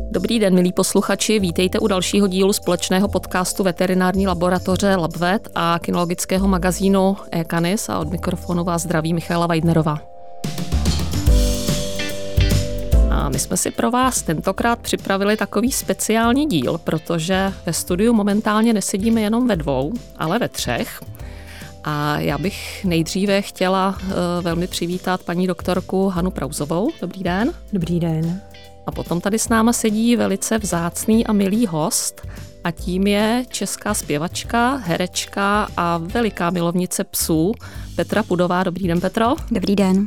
Dobrý den, milí posluchači, vítejte u dalšího dílu společného podcastu veterinární laboratoře LabVet a kynologického magazínu eCanis a od mikrofonu vás zdraví Michaela Weidnerová. A my jsme si pro vás tentokrát připravili takový speciální díl, protože ve studiu momentálně nesedíme jenom ve dvou, ale ve třech. A já bych nejdříve chtěla velmi přivítat paní doktorku Hanu Prauzovou. Dobrý den. Dobrý den. A potom tady s náma sedí velice vzácný a milý host a tím je česká zpěvačka, herečka a veliká milovnice psů Petra Pudová. Dobrý den, Petro. Dobrý den.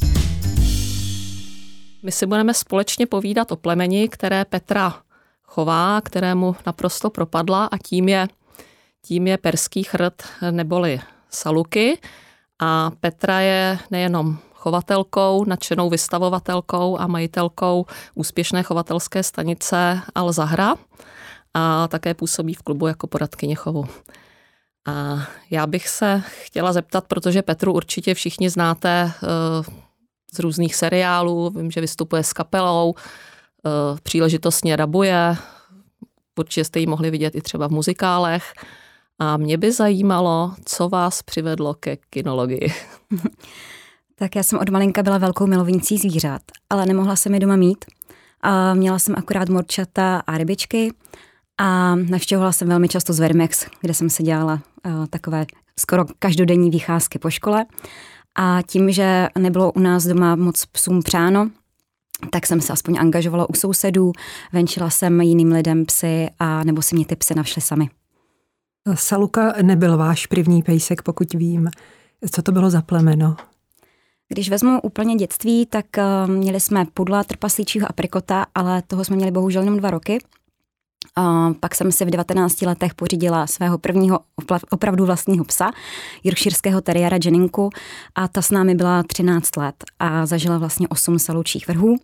My si budeme společně povídat o plemeni, které Petra chová, kterému naprosto propadla a tím je perský chrt neboli saluky. A Petra je nejenom chovatelkou, nadšenou vystavovatelkou a majitelkou úspěšné chovatelské stanice Al Zahra a také působí v klubu jako poradkyně chovu. A já bych se chtěla zeptat, protože Petru určitě všichni znáte z různých seriálů, vím, že vystupuje s kapelou, příležitostně rabuje, určitě jste ji mohli vidět i třeba v muzikálech. A mě by zajímalo, co vás přivedlo ke kynologii. Tak já jsem od malinka byla velkou milovnicí zvířat, ale nemohla jsem je doma mít. A měla jsem akorát morčata a rybičky a navštěvovala jsem velmi často Zvermex, kde jsem si dělala takové skoro každodenní vycházky po škole. A tím, že nebylo u nás doma moc psům přáno, tak jsem se aspoň angažovala u sousedů, venčila jsem jiným lidem psy a nebo si mě ty psy našli sami. Saluka nebyl váš první pejsek, pokud vím. Co to bylo za plemeno? Když vezmu úplně dětství, tak měli jsme pudla, trpaslíčího aprikota, ale toho jsme měli bohužel jenom 2 roky. Pak jsem si v 19 letech pořídila svého prvního opravdu vlastního psa, yorkshirského teriéra Jenninku, a ta s námi byla 13 let a zažila vlastně 8 salučích vrhů.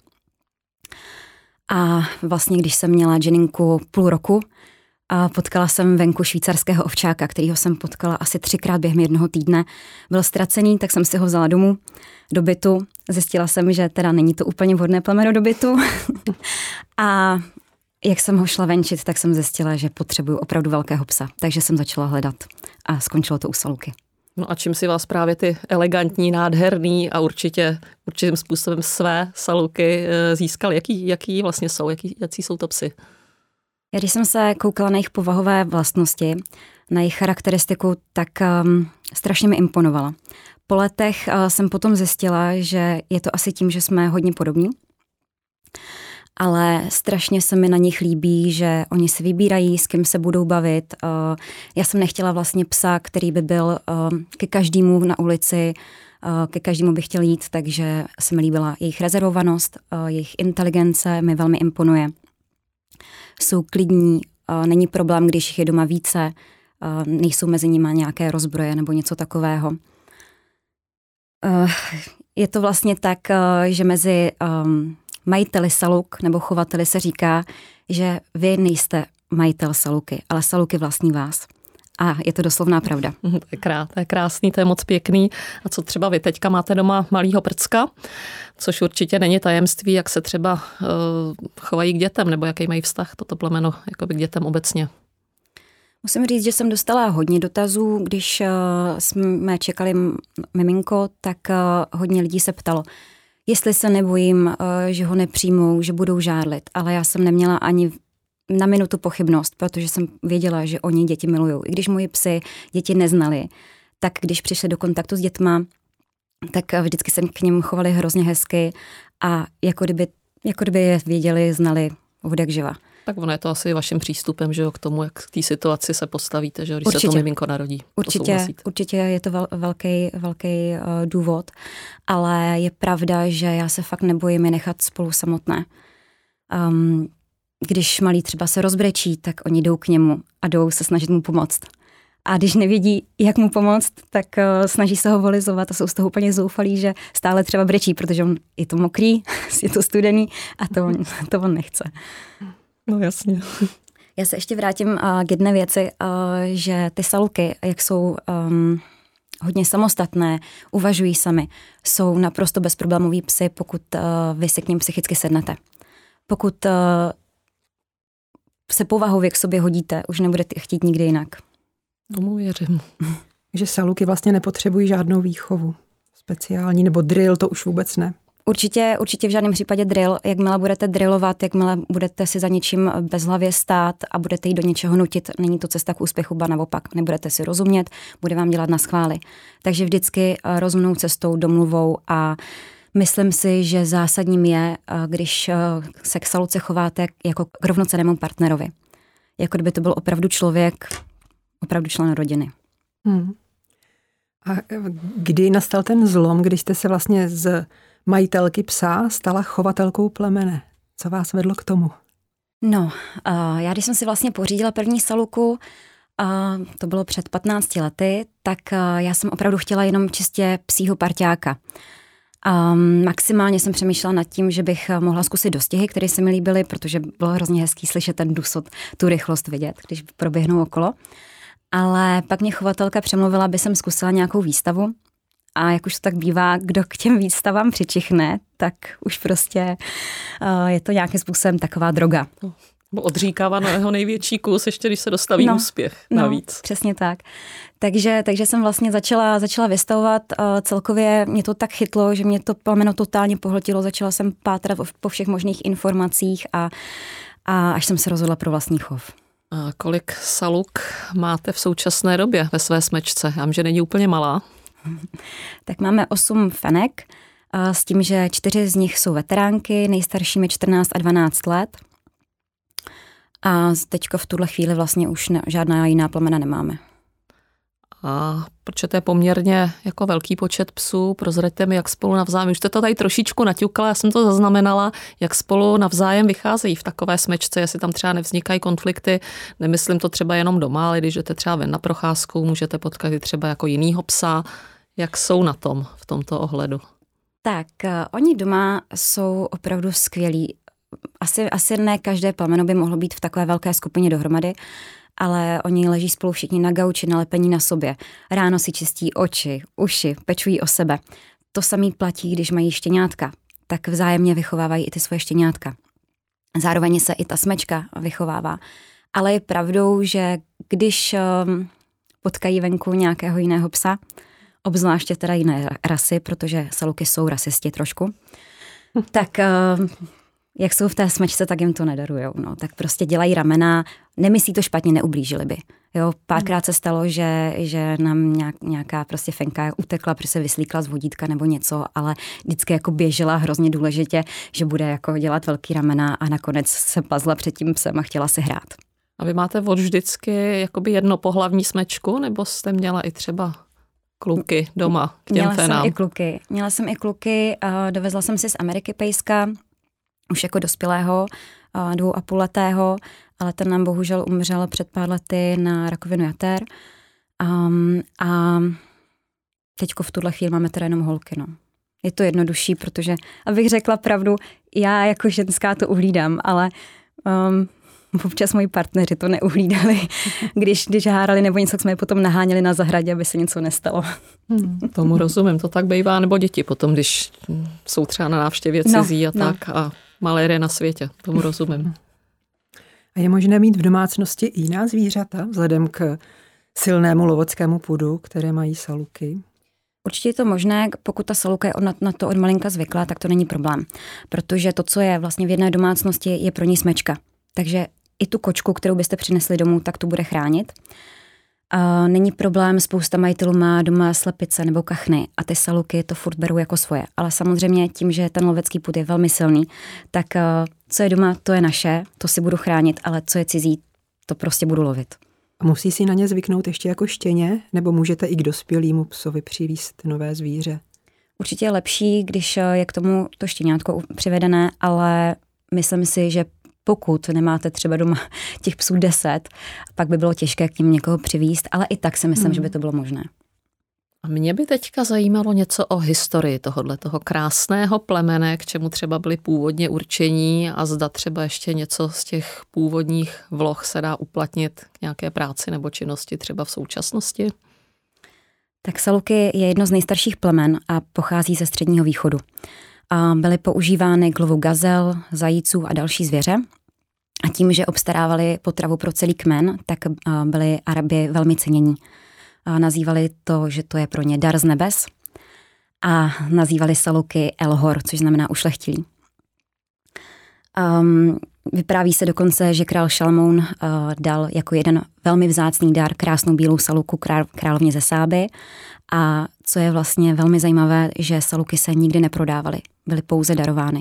A vlastně, když jsem měla Jenninku půl roku, a potkala jsem venku švýcarského ovčáka, kterýho jsem potkala asi 3krát během jednoho týdne. Byl ztracený, tak jsem si ho vzala domů do bytu. Zjistila jsem, že teda není to úplně vhodné plemeno do bytu. A jak jsem ho šla venčit, tak jsem zjistila, že potřebuju opravdu velkého psa. Takže jsem začala hledat a skončilo to u Saluky. No a čím si vás právě ty elegantní, nádherný a určitým způsobem své Saluky získal? Jaký vlastně jsou, jaký jsou to psy? Já když jsem se koukala na jejich povahové vlastnosti, na jejich charakteristiku, tak strašně mi imponovala. Po letech jsem potom zjistila, že je to asi tím, že jsme hodně podobní, ale strašně se mi na nich líbí, že oni si vybírají, s kým se budou bavit. Já jsem nechtěla vlastně psa, který by byl ke každému na ulici, ke každému bych chtěl jít, takže se mi líbila jejich rezervovanost, jejich inteligence mi velmi imponuje. Jsou klidní, není problém, když jich je doma více, nejsou mezi nimi nějaké rozbroje nebo něco takového. Je to vlastně tak, že mezi majiteli saluk nebo chovateli se říká, že vy nejste majitel saluky, ale saluky vlastní vás. A je to doslovná pravda. To je krásný, to je moc pěkný. A co třeba vy teďka máte doma malýho prcka, což určitě není tajemství, jak se třeba chovají k dětem, nebo jaký mají vztah toto plemeno jakoby k dětem obecně. Musím říct, že jsem dostala hodně dotazů, když jsme čekali miminko, tak hodně lidí se ptalo, jestli se nebojím, že ho nepřijmou, že budou žárlit, ale já jsem neměla ani na minutu pochybnost, protože jsem věděla, že oni děti milujou. I když moji psy děti neznali, tak když přišli do kontaktu s dětma, tak vždycky se k nim chovali hrozně hezky a jako kdyby je věděli, znali od jak živa. Tak ono je to asi vaším přístupem, že jo, k tomu, jak k té situaci se postavíte, že jo, když se to miminko narodí. Určitě je to velký důvod, ale je pravda, že já se fakt nebojím je nechat spolu samotné. Když malý třeba se rozbrečí, tak oni jdou k němu a jdou se snažit mu pomoct. A když nevědí, jak mu pomoct, tak snaží se ho volizovat a jsou z toho úplně zoufalí, že stále třeba brečí, protože on je to mokrý, je to studený a to on nechce. No jasně. Já se ještě vrátím k jedné věci, že ty saluky, jak jsou hodně samostatné, uvažují sami, jsou naprosto bezproblémový psy, pokud vy si k ním psychicky sednete. Pokud se povahově k sobě hodíte, už nebudete chtít nikdy jinak. Tomu věřím. Že saluky vlastně nepotřebují žádnou výchovu speciální, nebo drill, to už vůbec ne. Určitě v žádném případě drill. Jakmile budete drillovat, jakmile budete si za něčím bezhlavě stát a budete jít do něčeho nutit, není to cesta k úspěchu, ba naopak. Nebudete si rozumět, bude vám dělat na schvály. Takže vždycky rozumnou cestou, domluvou a myslím si, že zásadním je, když se k saluce chováte jako k rovnocennému partnerovi. Jako kdyby to byl opravdu člověk, opravdu člen rodiny. A kdy nastal ten zlom, když jste se vlastně z majitelky psa stala chovatelkou plemene? Co vás vedlo k tomu? No, já když jsem si vlastně pořídila první saluku, to bylo před 15 lety, tak já jsem opravdu chtěla jenom čistě psího parťáka. Maximálně jsem přemýšlela nad tím, že bych mohla zkusit dostihy, které se mi líbily, protože bylo hrozně hezký slyšet ten dusot, tu rychlost vidět, když proběhnou okolo. Ale pak mě chovatelka přemluvila, aby jsem zkusila nějakou výstavu. A jak už to tak bývá, kdo k těm výstavám přičichne, tak už prostě je to nějakým způsobem taková droga. Odříkává na jeho největší kus, ještě když se dostaví úspěch navíc. Přesně tak. Takže jsem vlastně začala vystavovat. Celkově mě to tak chytlo, že mě to plemeno totálně pohltilo. Začala jsem pátrat po všech možných informacích a až jsem se rozhodla pro vlastní chov. A kolik saluk máte v současné době ve své smečce? Já vím, že není úplně malá. Tak máme 8 fenek, s tím, že 4 z nich jsou veteránky, nejstaršími 14 a 12 let. A teďko v tuhle chvíli vlastně už žádná jiná plemena nemáme. A protože to je poměrně jako velký počet psů, prozraďte mi, jak spolu navzájem, už jste to tady trošičku naťukala, já jsem to zaznamenala, jak spolu navzájem vycházejí v takové smečce, jestli tam třeba nevznikají konflikty, nemyslím to třeba jenom doma, ale když jdete třeba ven na procházku, můžete potkat i třeba jako jinýho psa, jak jsou na tom v tomto ohledu? Tak, oni doma jsou opravdu skvělí. Asi ne každé plemeno by mohlo být v takové velké skupině dohromady, ale oni leží spolu všichni na gauči, nalepení na sobě. Ráno si čistí oči, uši, pečují o sebe. To samé platí, když mají štěňátka, tak vzájemně vychovávají i ty svoje štěňátka. Zároveň se i ta smečka vychovává. Ale je pravdou, že když potkají venku nějakého jiného psa, obzvláště teda jiné rasy, protože saluky jsou rasisti trošku, tak jak jsou v té smečce, tak jim to nedarujou. No. Tak prostě dělají ramena, nemyslí to špatně, neublížili by. Jo, párkrát se stalo, že nám nějaká prostě fenka utekla, protože se vyslíkla z vodítka nebo něco, ale vždycky jako běžela hrozně důležitě, že bude jako dělat velký ramena a nakonec se plazla před tím psem a chtěla si hrát. A vy máte od vždycky jakoby jednopohlavní smečku, nebo jste měla i třeba kluky doma k těm fenám? Měla jsem i kluky, dovezla jsem si z Ameriky pejska, už jako dospělého, 2,5letého, ale ten nám bohužel umřel před pár lety na rakovinu jater. A teďko v tuhle chvíli máme teda jenom holky. No. Je to jednodušší, protože, abych řekla pravdu, já jako ženská to uhlídám, ale občas moji partneři to neuhlídali, když hárali nebo něco, jsme je potom naháněli na zahradě, aby se něco nestalo. Tomu rozumím, to tak bývá, nebo děti potom, když jsou třeba na návštěvě cizí tak a malérie na světě, tomu rozumím. A je možné mít v domácnosti i jiná zvířata, vzhledem k silnému loveckému pudu, které mají saluky? Určitě je to možné, pokud ta saluka je na to od malinka zvyklá, tak to není problém. Protože to, co je vlastně v jedné domácnosti, je pro ní smečka. Takže i tu kočku, kterou byste přinesli domů, tak tu bude chránit. Není problém, spousta majitelů má doma slepice nebo kachny a ty saluky to furt berou jako svoje. Ale samozřejmě tím, že ten lovecký pud je velmi silný, tak co je doma, to je naše, to si budu chránit, ale co je cizí, to prostě budu lovit. A musí si na ně zvyknout ještě jako štěně, nebo můžete i k dospělému psovi přivízt nové zvíře? Určitě je lepší, když je k tomu to štěňátko přivedené, ale myslím si, že pokud nemáte třeba doma těch psů 10, pak by bylo těžké k ním někoho přivízt, ale i tak si myslím, že by to bylo možné. A mě by teďka zajímalo něco o historii toho krásného plemene, k čemu třeba byli původně určení a zda třeba ještě něco z těch původních vloh se dá uplatnit k nějaké práci nebo činnosti třeba v současnosti. Tak saluky je jedno z nejstarších plemen a pochází ze Středního východu. A byly používány k lovu gazel, zajíců a další zvěře. A tím, že obstarávali potravu pro celý kmen, tak byli Arabi velmi cenění. Nazývali to, že to je pro ně dar z nebes a nazývali saluky El-Hor, což znamená ušlechtilý. Vypráví se dokonce, že král Šalmoun dal jako jeden velmi vzácný dar krásnou bílou saluku královně ze Sáby. A co je vlastně velmi zajímavé, že saluky se nikdy neprodávaly, byly pouze darovány.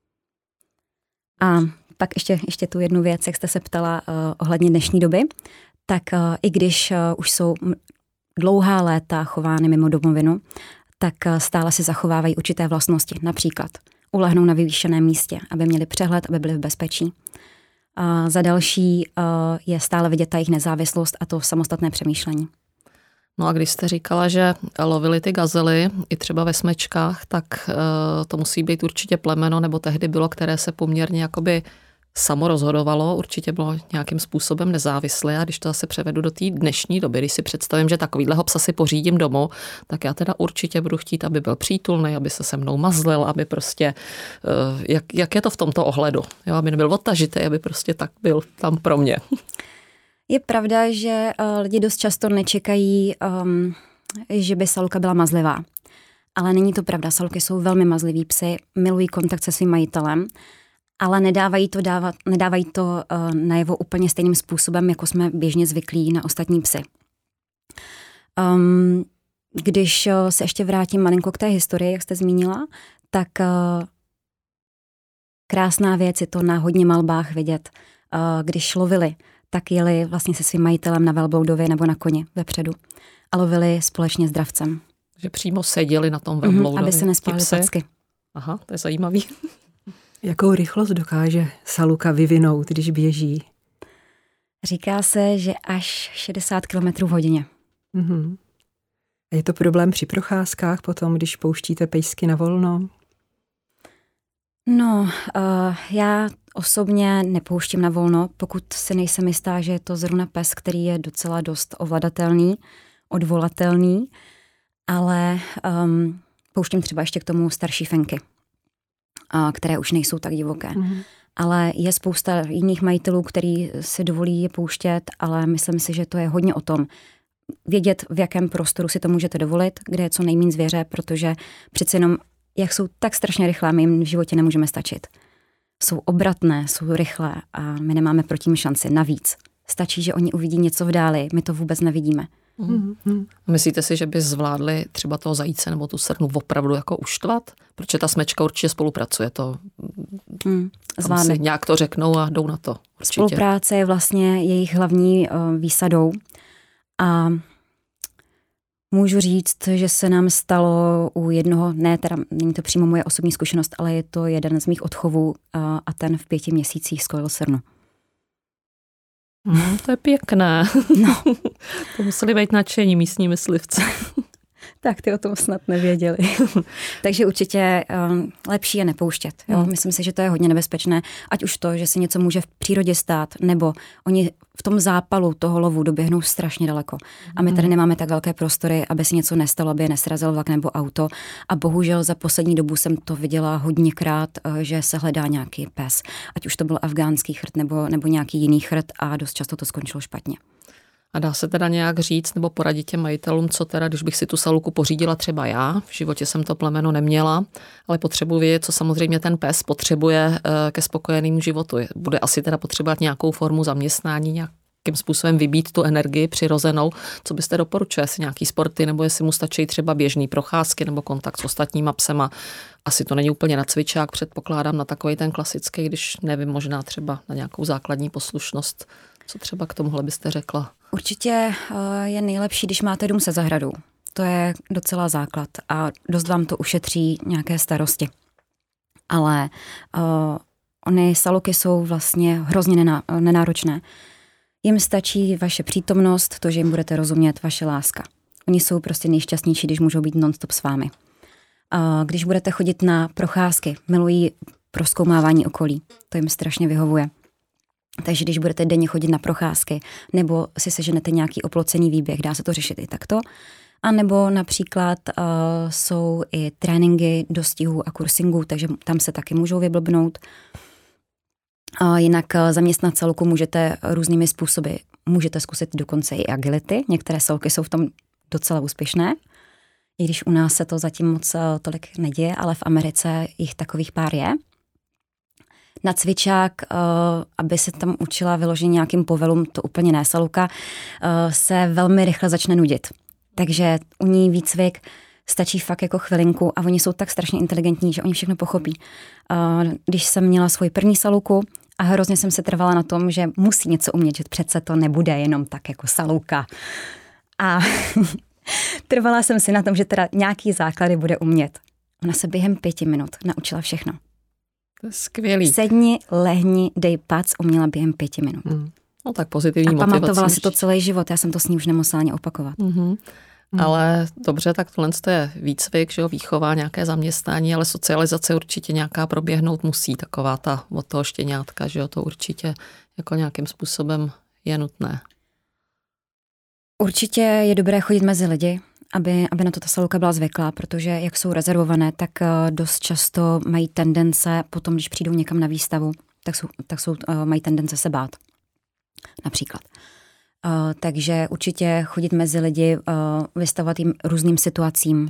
A pak ještě tu jednu věc, jak jste se ptala ohledně dnešní doby, tak i když už jsou dlouhá léta chovány mimo domovinu, tak stále si zachovávají určité vlastnosti. Například ulehnou na vyvýšeném místě, aby měli přehled, aby byli v bezpečí. A za další je stále vidět ta jejich nezávislost a to samostatné přemýšlení. No a když jste říkala, že lovili ty gazely i třeba ve smečkách, tak to musí být určitě plemeno, nebo tehdy bylo, které se poměrně jakoby samo rozhodovalo, určitě bylo nějakým způsobem nezávislé a když to zase převedu do té dnešní doby, když si představím, že takovýhleho psa si pořídím domů, tak já teda určitě budu chtít, aby byl přítulný, aby se mnou mazlil, aby prostě, jak je to v tomto ohledu, jo, aby nebyl odtažitý, aby prostě tak byl tam pro mě. Je pravda, že lidi dost často nečekají, že by saluka byla mazlivá. Ale není to pravda. Saluky jsou velmi mazliví psy, milují kontakt se svým majitelem, ale nedávají to najevo úplně stejným způsobem, jako jsme běžně zvyklí na ostatní psy. Když se ještě vrátím malinko k té historii, jak jste zmínila, tak krásná věc je to na hodně malbách vidět. Když lovili, tak jeli vlastně se svým majitelem na velbloudově nebo na koni vepředu a lovili společně s dravcem. Že přímo seděli na tom velbloudově. Aby se nespálili packy. Aha, to je zajímavý. Jakou rychlost dokáže saluka vyvinout, když běží? Říká se, že až 60 km v hodině. Mm-hmm. A je to problém při procházkách potom, když pouštíte pejsky na volno? No, já osobně nepouštím na volno, pokud si nejsem jistá, že je to zrovna pes, který je docela dost ovladatelný, odvolatelný, ale pouštím třeba ještě k tomu starší fenky, které už nejsou tak divoké. Mm-hmm. Ale je spousta jiných majitelů, který si dovolí je pouštět, ale myslím si, že to je hodně o tom, vědět, v jakém prostoru si to můžete dovolit, kde je co nejméně zvěře, protože přeci jenom, jak jsou tak strašně rychlé, my jim v životě nemůžeme stačit. Jsou obratné, jsou rychlé a my nemáme proti nim šanci. Navíc stačí, že oni uvidí něco v dáli, my to vůbec nevidíme. Myslíte si, že by zvládli třeba toho zajíce nebo tu srnu opravdu jako uštvat? Protože ta smečka určitě spolupracuje. Zvládne. Nějak to řeknou a jdou na to. Určitě. Spolupráce je vlastně jejich hlavní výsadou. A můžu říct, že se nám stalo u jednoho, ne, teda není to přímo moje osobní zkušenost, ale je to jeden z mých odchovů a ten v 5 měsících skolil srnu. To je pěkné. No. To museli být nadšení místní myslivci. Tak ty o tom snad nevěděli. Takže určitě lepší je nepouštět. Jo? Myslím si, že to je hodně nebezpečné. Ať už to, že se něco může v přírodě stát, nebo oni v tom zápalu toho lovu doběhnou strašně daleko. A my tady nemáme tak velké prostory, aby se něco nestalo, aby je nesrazil vlak nebo auto. A bohužel za poslední dobu jsem to viděla hodněkrát, že se hledá nějaký pes. Ať už to byl afgánský chrt nebo nějaký jiný chrt a dost často to skončilo špatně. A dá se teda nějak říct nebo poradit těm majitelům, co teda, když bych si tu saluku pořídila třeba já, v životě jsem to plemeno neměla, ale potřebuji vědět, co samozřejmě ten pes potřebuje ke spokojenému životu. Bude asi teda potřebovat nějakou formu zaměstnání, nějakým způsobem vybít tu energii přirozenou. Co byste doporučili, jestli nějaký sporty, nebo jestli mu stačí třeba běžný procházky nebo kontakt s ostatníma psema. Asi to není úplně na cvičák, předpokládám, na takový ten klasický, když nevím, možná třeba na nějakou základní poslušnost. Co třeba k tomuhle byste řekla? Určitě je nejlepší, když máte dům se zahradou. To je docela základ a dost vám to ušetří nějaké starosti. Ale ony saluky jsou vlastně hrozně nenáročné. Jim stačí vaše přítomnost, to, že jim budete rozumět, vaše láska. Oni jsou prostě nejšťastnější, když můžou být non-stop s vámi. Když budete chodit na procházky, milují prozkoumávání okolí. To jim strašně vyhovuje. Takže když budete denně chodit na procházky, nebo si seženete nějaký oplocený výběh, dá se to řešit i takto. A nebo například jsou i tréninky dostihů a kursingů, takže tam se taky můžou vyblbnout. Jinak zaměstnat saluku můžete různými způsoby. Můžete zkusit dokonce i agility. Některé saluky jsou v tom docela úspěšné. I když u nás se to zatím moc tolik neděje, ale v Americe jich takových pár je. Na cvičák, aby se tam učila vyloženě nějakým povelům, to úplně ne. Saluka se velmi rychle začne nudit. Takže u ní výcvik stačí fakt jako chvilinku a oni jsou tak strašně inteligentní, že oni všechno pochopí. Když jsem měla svůj první saluku a hrozně jsem se trvala na tom, že musí něco umět, že přece to nebude jenom tak jako saluka. A trvala jsem si na tom, že teda nějaký základy bude umět. Ona se během 5 minut naučila všechno. To je skvělý. Sedni, lehni, dej pac, uměla během 5 minut. No tak pozitivní motivace. A pamatovala si to celý život, já jsem to s ní už nemusela ani opakovat. Ale dobře, tak tohle je výcvik, že jo, výchova, nějaké zaměstnání, ale socializace určitě nějaká proběhnout musí, taková ta od toho štěňátka, že jo, to určitě jako nějakým způsobem je nutné. Určitě je dobré chodit mezi lidi, aby na to ta saluka byla zvyklá, protože jak jsou rezervované, tak dost často mají tendence, potom když přijdou někam na výstavu, mají tendence se bát. Například. Takže určitě chodit mezi lidi, vystavovat jim různým situacím.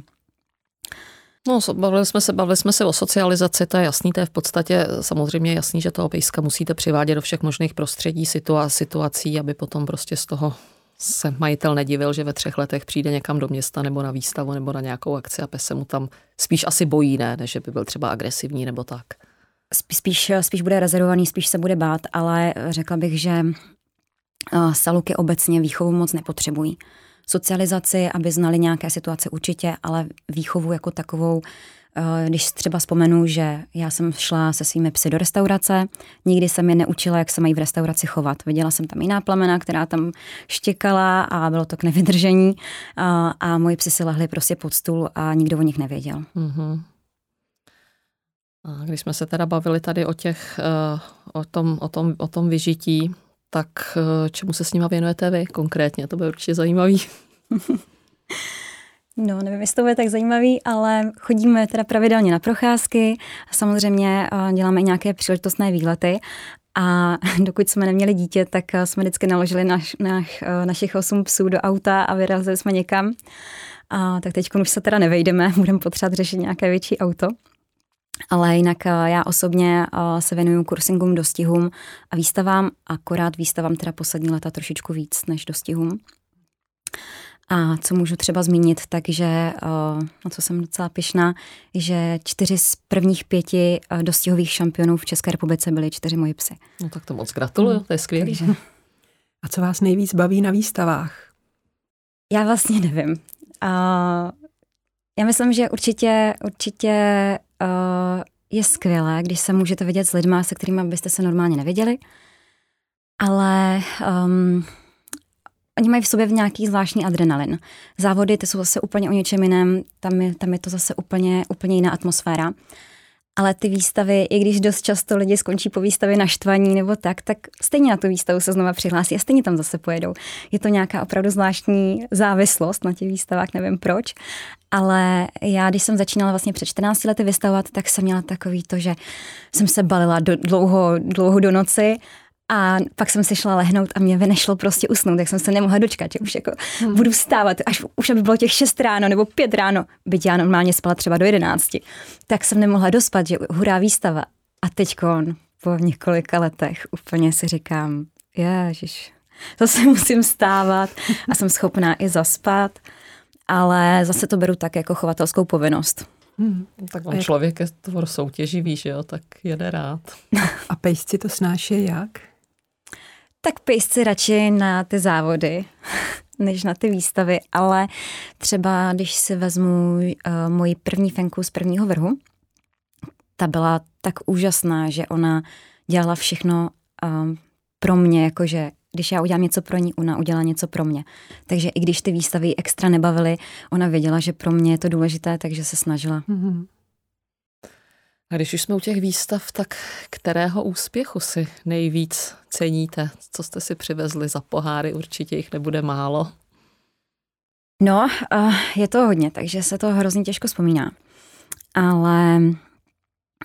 No, bavili jsme se o socializaci, to je jasný, to je v podstatě samozřejmě jasný, že toho pejska musíte přivádět do všech možných prostředí, situací, aby potom prostě z toho se majitel nedivil, že ve 3 letech přijde někam do města nebo na výstavu nebo na nějakou akci a pes se mu tam spíš asi bojí, ne, než by byl třeba agresivní nebo tak. Spíš bude rezervovaný, spíš se bude bát, ale řekla bych, že saluky obecně výchovu moc nepotřebují. Socializaci, aby znali nějaké situace určitě, ale výchovu jako takovou, když třeba vzpomenu, že já jsem šla se svými psy do restaurace, nikdy jsem je neučila, jak se mají v restauraci chovat. Viděla jsem tam jiná plemena, která tam štěkala a bylo to k nevydržení a moji psy si lehli prostě pod stůl a nikdo o nich nevěděl. Mm-hmm. A když jsme se teda bavili tady o tom vyžití, tak čemu se s nima věnujete vy konkrétně? To bude určitě zajímavý. No, nevím, jestli to bude tak zajímavý, ale chodíme teda pravidelně na procházky. Samozřejmě děláme i nějaké příležitostné výlety. A dokud jsme neměli dítě, tak jsme vždycky naložili našich 8 psů do auta a vyrazili jsme někam. Tak teď už se teda nevejdeme, budeme potřebovat řešit nějaké větší auto. Ale jinak já osobně se věnuju kursingům, dostihům a výstavám, akorát výstavám teda poslední leta trošičku víc než dostihům. A co můžu třeba zmínit, takže, na co jsem docela pyšná, že 4 z prvních 5 dostihových šampionů v České republice byly 4 moji psy. No tak to moc gratuluju, to je skvělý. Takže. A co vás nejvíc baví na výstavách? Já vlastně nevím. Já myslím, že určitě je skvělé, když se můžete vidět s lidma, se kterými byste se normálně neviděli, ale oni mají v sobě nějaký zvláštní adrenalin. Závody, ty jsou zase úplně o něčem jiném, tam je to zase úplně jiná atmosféra. Ale ty výstavy, i když dost často lidi skončí po výstavě naštvaní nebo tak stejně na tu výstavu se znova přihlásí a stejně tam zase pojedou. Je to nějaká opravdu zvláštní závislost na těch výstavách, nevím proč. Ale já, když jsem začínala vlastně před 14 lety vystavovat, tak jsem měla takový to, že jsem se balila dlouho do noci a pak jsem si šla lehnout a mě vynešlo prostě usnout, tak jsem se nemohla dočkat, že už jako budu vstávat, až už aby bylo těch 6 ráno nebo 5 ráno, byť já normálně spala třeba do 11, tak jsem nemohla dospat, že hurá výstava. A teďkon po několika letech úplně si říkám, ježiš, zase musím vstávat a jsem schopná i zaspat, ale zase to beru tak jako chovatelskou povinnost. Tak on člověk je tvor soutěživý, že jo, tak jede rád. A pejsci to snáší jak? Tak pejsci radši na ty závody, než na ty výstavy, ale třeba když si vezmu moji první fenku z prvního vrhu, ta byla tak úžasná, že ona dělala všechno pro mě, jakože když já udělám něco pro ní, ona udělá něco pro mě. Takže i když ty výstavy extra nebavily, ona věděla, že pro mě je to důležité, takže se snažila. Mm-hmm. A když už jsme u těch výstav, tak kterého úspěchu si nejvíc ceníte? Co jste si přivezli za poháry? Určitě jich nebude málo. No, je to hodně, takže se to hrozně těžko vzpomíná. Ale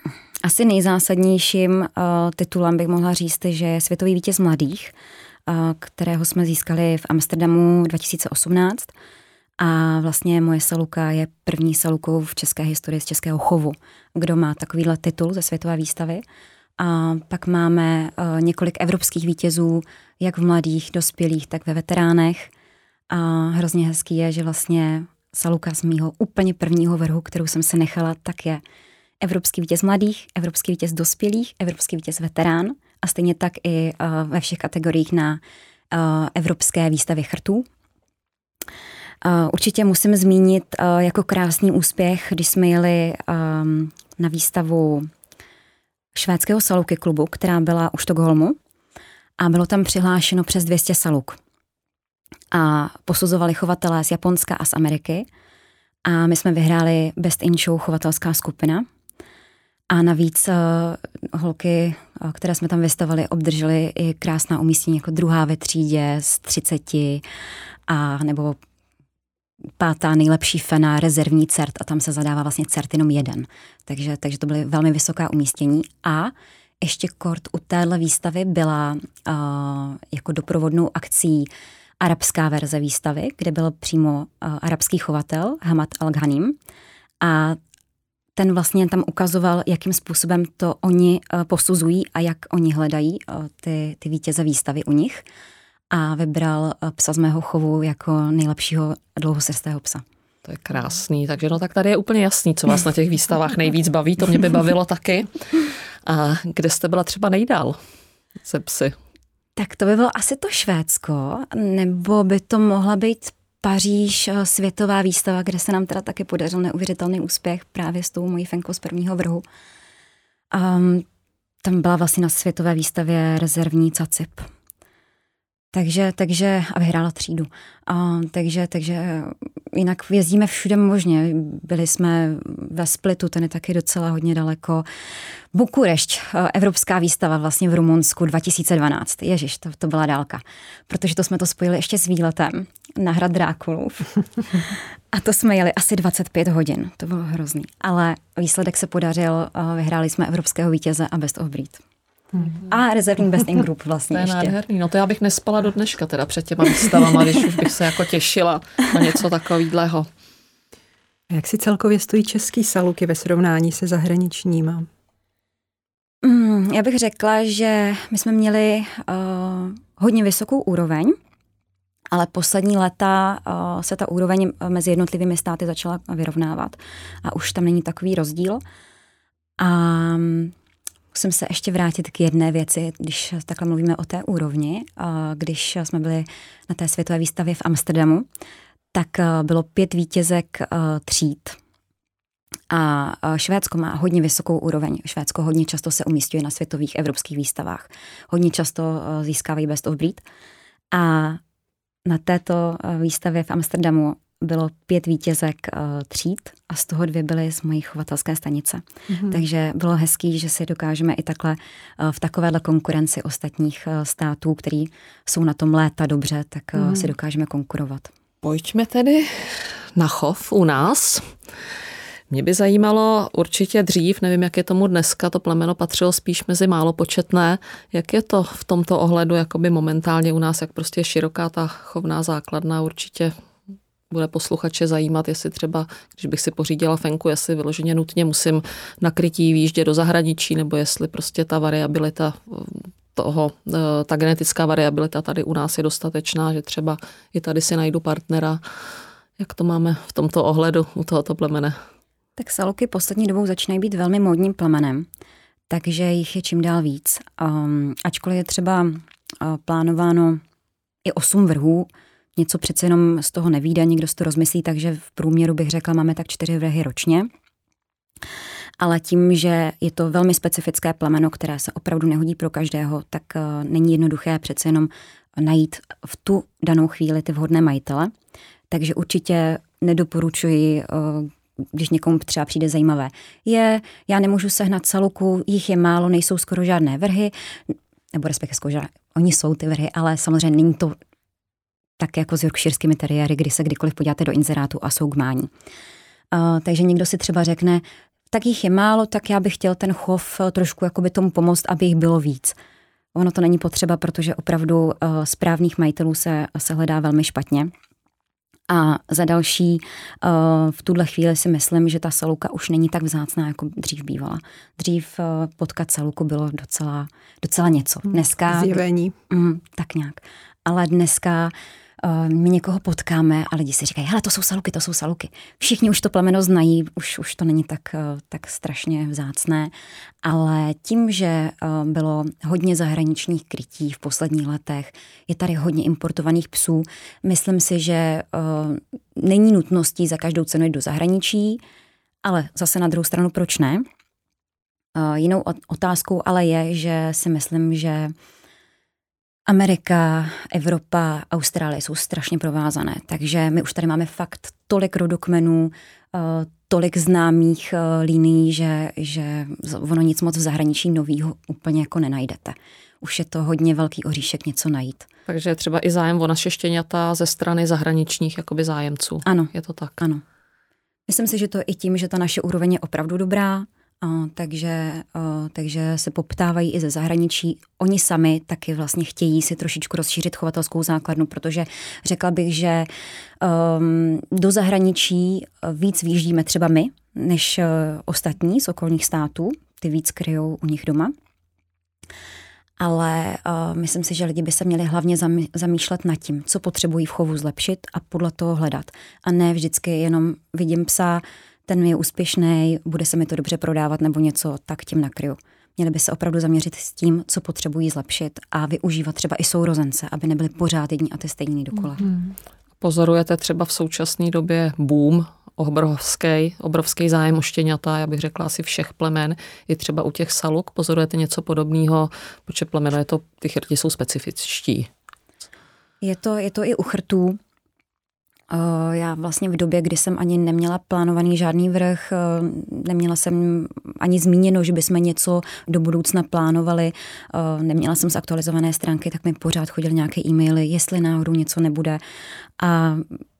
Asi nejzásadnějším titulem bych mohla říct, že je světový vítěz mladých, kterého jsme získali v Amsterdamu 2018. A vlastně moje saluka je první salukou v české historii z českého chovu, kdo má takovýhle titul ze světové výstavy. A pak máme několik evropských vítězů, jak v mladých, dospělých, tak ve veteránech. A hrozně hezký je, že vlastně saluka z mýho úplně prvního vrhu, kterou jsem si nechala, tak je evropský vítěz mladých, evropský vítěz dospělých, evropský vítěz veterán a stejně tak i ve všech kategoriích na evropské výstavě chrtů. Určitě musím zmínit jako krásný úspěch, když jsme jeli na výstavu švédského saluky klubu, která byla u Stockholmu a bylo tam přihlášeno přes 200 saluk. A posuzovali chovatelé z Japonska a z Ameriky a my jsme vyhráli Best in Show chovatelská skupina. A navíc holky, které jsme tam vystavili, obdržely i krásná umístění jako druhá ve třídě z 30 a nebo 5. nejlepší fena, rezervní cert a tam se zadává vlastně cert jenom jeden. Takže to byly velmi vysoká umístění a ještě kort u téhle výstavy byla jako doprovodnou akcí arabská verze výstavy, kde byl přímo arabský chovatel Hamad Al-Ghanim a ten vlastně tam ukazoval, jakým způsobem to oni posuzují a jak oni hledají ty vítěze výstavy u nich a vybral psa z mého chovu jako nejlepšího dlouhosrstého psa. To je krásný, takže no tak tady je úplně jasný, co vás na těch výstavách nejvíc baví, to mě by bavilo taky. A kde jste byla třeba nejdál se psy? Tak to by bylo asi to Švédsko, nebo by to mohla být Paříž, světová výstava, kde se nám teda taky podařil neuvěřitelný úspěch právě s tou mojí fenkou z prvního vrhu. Tam byla vlastně na světové výstavě rezervní cacip. Takže a vyhrála třídu. Takže jinak jezdíme všude možně. Byli jsme ve Splitu, ten je taky docela hodně daleko. Bukurešť, evropská výstava vlastně v Rumunsku 2012. Ježiš, to byla dálka. Protože to jsme to spojili ještě s výletem na hrad Drákulův. A to jsme jeli asi 25 hodin. To bylo hrozný. Ale výsledek se podařil, vyhráli jsme evropského vítěze a Best of Breed. A rezervní Best in Group vlastně ještě. To je nádherný. No to já bych nespala do dneška teda před těma výstavama, když už bych se jako těšila na něco takovýhleho. Jak si celkově stojí český saluky ve srovnání se zahraničníma? Já bych řekla, že my jsme měli hodně vysokou úroveň, ale poslední léta se ta úroveň mezi jednotlivými státy začala vyrovnávat a už tam není takový rozdíl. A musím se ještě vrátit k jedné věci, když takhle mluvíme o té úrovni. Když jsme byli na té světové výstavě v Amsterdamu, tak bylo 5 vítězek tříd. A Švédsko má hodně vysokou úroveň. Švédsko hodně často se umísťuje na světových evropských výstavách. Hodně často získávají Best of Breed. A na této výstavě v Amsterdamu bylo 5 vítězek tříd a z toho 2 byly z mojí chovatelské stanice. Takže bylo hezký, že si dokážeme i takhle v takovéhle konkurenci ostatních států, který jsou na tom léta dobře, tak si dokážeme konkurovat. Pojďme tedy na chov u nás. Mě by zajímalo určitě dřív, nevím, jak je tomu dneska, to plemeno patřilo spíš mezi málo početné. Jak je to v tomto ohledu jakoby momentálně u nás, jak prostě je široká ta chovná základna, určitě bude posluchače zajímat, jestli třeba, když bych si pořídila fenku, jestli vyloženě nutně musím na krytí výjíždět do zahraničí, nebo jestli prostě ta variabilita ta genetická variabilita tady u nás je dostatečná, že třeba i tady si najdu partnera. Jak to máme v tomto ohledu u tohoto plemene? Tak saluky poslední dobou začínají být velmi módním plemenem, takže jich je čím dál víc. Ačkoliv je třeba plánováno i 8 vrhů, něco přece jenom z toho nevíde, někdo si to rozmyslí, takže v průměru bych řekla, máme tak 4 vrhy ročně. Ale tím, že je to velmi specifické plemeno, které se opravdu nehodí pro každého, tak není jednoduché přece jenom najít v tu danou chvíli ty vhodné majitele. Takže určitě nedoporučuji, když někomu třeba přijde zajímavé. Já nemůžu sehnat saluku, jich je málo, nejsou skoro žádné vrhy, nebo respektive oni jsou ty vrhy, ale samozřejmě není to tak jako s yorkshireskými teriéry, kdy se kdykoliv podíváte do inzerátu a jsou k mání. Takže někdo si třeba řekne, tak jich je málo, tak já bych chtěl ten chov trošku jakoby tomu pomoct, aby jich bylo víc. Ono to není potřeba, protože opravdu správných majitelů se hledá velmi špatně. A za další, v tuhle chvíli si myslím, že ta saluka už není tak vzácná, jako dřív bývala. Dřív potkat saluku bylo docela něco. Dneska... Zjevení. Tak nějak. Ale dneska my někoho potkáme a lidi si říkají, hele, to jsou saluky. Všichni už to plemeno znají, už to není tak strašně vzácné, ale tím, že bylo hodně zahraničních krytí v posledních letech, je tady hodně importovaných psů, myslím si, že není nutností za každou cenu jít do zahraničí, ale zase na druhou stranu proč ne? Jinou otázkou ale je, že si myslím, že Amerika, Evropa, Austrálie jsou strašně provázané, takže my už tady máme fakt tolik rodokmenů, tolik známých linií, že ono nic moc v zahraničí novýho úplně jako nenajdete. Už je to hodně velký oříšek něco najít. Takže je třeba i zájem o naše štěňata ze strany zahraničních jakoby zájemců. Ano. Je to tak? Ano. Myslím si, že to je i tím, že ta naše úroveň je opravdu dobrá, takže se poptávají i ze zahraničí. Oni sami taky vlastně chtějí si trošičku rozšířit chovatelskou základnu, protože řekla bych, že do zahraničí víc vyjíždíme třeba my, než ostatní z okolních států. Ty víc kryjou u nich doma. Ale myslím si, že lidi by se měli hlavně zamýšlet nad tím, co potřebují v chovu zlepšit a podle toho hledat. A ne vždycky jenom vidím psa, ten je úspěšný, bude se mi to dobře prodávat nebo něco, tak tím nakryju. Měli by se opravdu zaměřit s tím, co potřebují zlepšit a využívat třeba i sourozence, aby nebyly pořád jedni a ty stejný dokola. Pozorujete třeba v současné době boom, obrovský zájem o štěňata, já bych řekla asi všech plemen, i třeba u těch saluk. Pozorujete něco podobného, protože plemeno ty chrti jsou specifičtí. Je to i u chrtů. Já vlastně v době, kdy jsem ani neměla plánovaný žádný vrch, neměla jsem ani zmíněno, že bychom něco do budoucna plánovali, neměla jsem zaktualizované stránky, tak mi pořád chodily nějaké e-maily, jestli náhodou něco nebude. A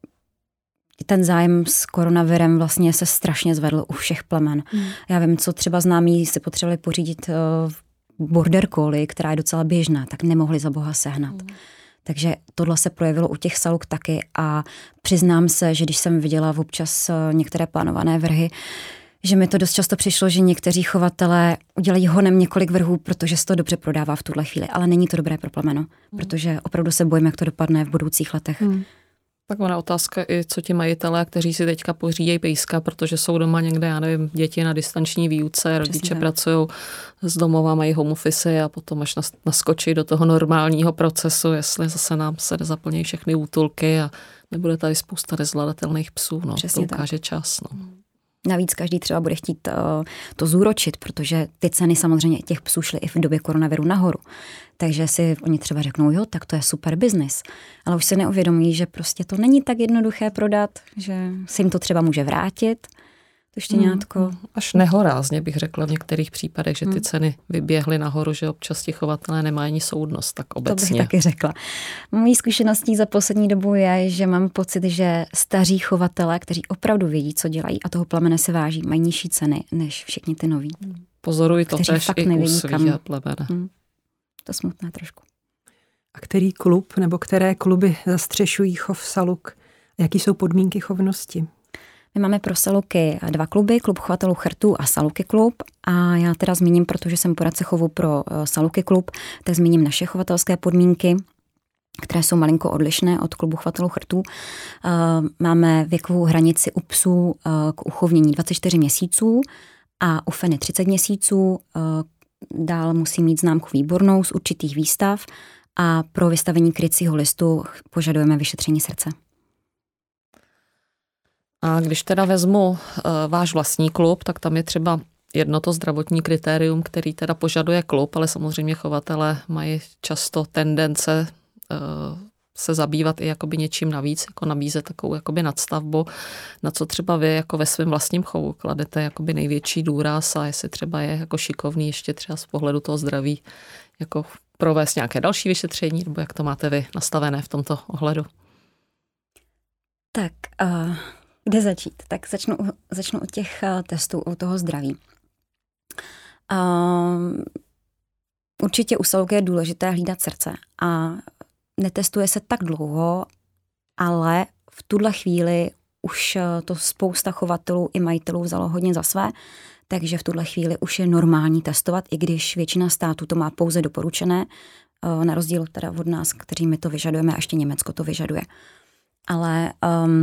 ten zájem s koronavirem vlastně se strašně zvedl u všech plemen. Já vím, co třeba známí si potřebovali pořídit border collie, která je docela běžná, tak nemohli za boha sehnat. Takže tohle se projevilo u těch saluk taky a přiznám se, že když jsem viděla občas některé plánované vrhy, že mi to dost často přišlo, že někteří chovatelé udělají honem několik vrhů, protože se to dobře prodává v tuhle chvíli, ale není to dobré pro plemeno, protože opravdu se bojím, jak to dopadne v budoucích letech. Tak ona otázka i co ti majitelé, kteří si teďka pořídějí pejska, protože jsou doma někde, já nevím, děti na distanční výuce, rodiče pracují z domova, mají home office a potom až naskočí do toho normálního procesu, jestli zase nám se zaplní všechny útulky a nebude tady spousta nezvladatelných psů, no, to ukáže čas. No. Navíc každý třeba bude chtít to zúročit, protože ty ceny samozřejmě těch psů šly i v době koronaviru nahoru. Takže si oni třeba řeknou, jo, tak to je super biznis. Ale už se neuvědomují, že prostě to není tak jednoduché prodat, že se jim to třeba může vrátit, to štěňátko. Až nehorázně bych řekla v některých případech, že ty ceny vyběhly nahoru, že občas ti chovatelé nemají ani soudnost, tak obecně. To bych taky řekla. Mojí zkušeností za poslední dobu je, že mám pocit, že staří chovatelé, kteří opravdu vědí, co dělají a toho plemene se váží, mají nižší ceny než všichni ty noví. Pozoruji to tež i u svých plemene. To smutné trošku. A který klub nebo které kluby zastřešují chov saluk? Jaký jsou podmínky chovnosti? My máme pro saluky 2 kluby, klub chovatelů chrtů a saluky klub. A já teda zmíním, protože jsem poradce chovu pro saluky klub, tak zmíním naše chovatelské podmínky, které jsou malinko odlišné od klubu chovatelů chrtů. Máme věkovou hranici u psů k uchovnění 24 měsíců a u feny 30 měsíců. Dál musí mít známku výbornou z určitých výstav a pro vystavení krycího listu požadujeme vyšetření srdce. A když teda vezmu váš vlastní klub, tak tam je třeba jedno to zdravotní kritérium, který teda požaduje klub, ale samozřejmě chovatelé mají často tendence se zabývat i jakoby něčím navíc, jako nabízet takovou jakoby nadstavbu, na co třeba vy jako ve svém vlastním chovu kladete jakoby největší důraz a jestli třeba je jako šikovný ještě třeba z pohledu toho zdraví jako provést nějaké další vyšetření, nebo jak to máte vy nastavené v tomto ohledu? Tak Kde začít? Tak začnu od těch testů, od toho zdraví. Určitě u Saluky je důležité hlídat srdce a netestuje se tak dlouho, ale v tuhle chvíli už to spousta chovatelů i majitelů vzalo hodně za své, takže v tuhle chvíli už je normální testovat, i když většina států to má pouze doporučené, na rozdíl teda od nás, kteří my to vyžadujeme, a ještě Německo to vyžaduje. Ale